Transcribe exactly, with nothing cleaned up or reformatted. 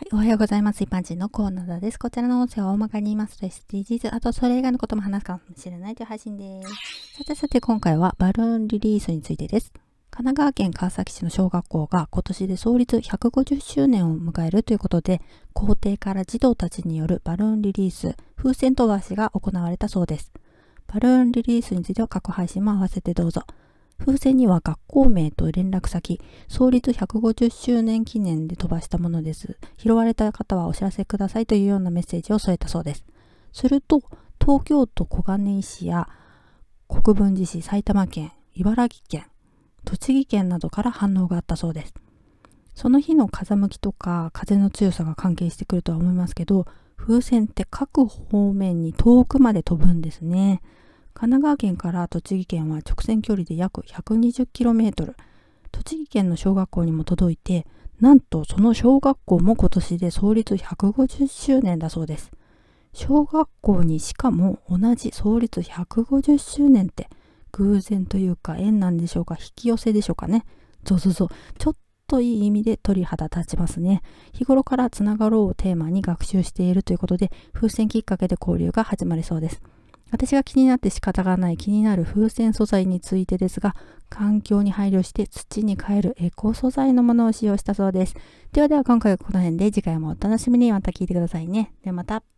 おはようございます。一般人のコーナーです。こちらの音声は大まかに言いますと エスディージーズ、あとそれ以外のことも話すかもしれないという配信です。さてさて今回はバルーンリリースについてです。神奈川県川崎市の小学校が今年で創立ひゃくごじゅっしゅうねんを迎えるということで、校庭から児童たちによるバルーンリリース、風船飛ばしが行われたそうです。バルーンリリースについては過去配信も合わせてどうぞ。風船には学校名と連絡先、創立ひゃくごじゅっしゅうねん記念で飛ばしたものです。拾われた方はお知らせくださいというようなメッセージを添えたそうです。すると、東京都小金井市や国分寺市、埼玉県、茨城県、栃木県などから反応があったそうです。その日の風向きとか風の強さが関係してくるとは思いますけど、風船って各方面に遠くまで飛ぶんですね。神奈川県から栃木県は直線距離で約 ひゃくにじゅっキロメートル。栃木県の小学校にも届いて、なんとその小学校も今年で創立ひゃくごじゅっしゅうねんだそうです。小学校にしかも同じ創立ひゃくごじゅっしゅうねんって偶然というか縁なんでしょうか、引き寄せでしょうかね。そうそうそう。ちょっといい意味で鳥肌立ちますね。日頃からつながろうをテーマに学習しているということで、風船きっかけで交流が始まりそうです。私が気になって仕方がない気になる風船素材についてですが、環境に配慮して土に還るエコ素材のものを使用したそうです。ではでは今回はこの辺で、次回もお楽しみに。また聞いてくださいね。ではまた。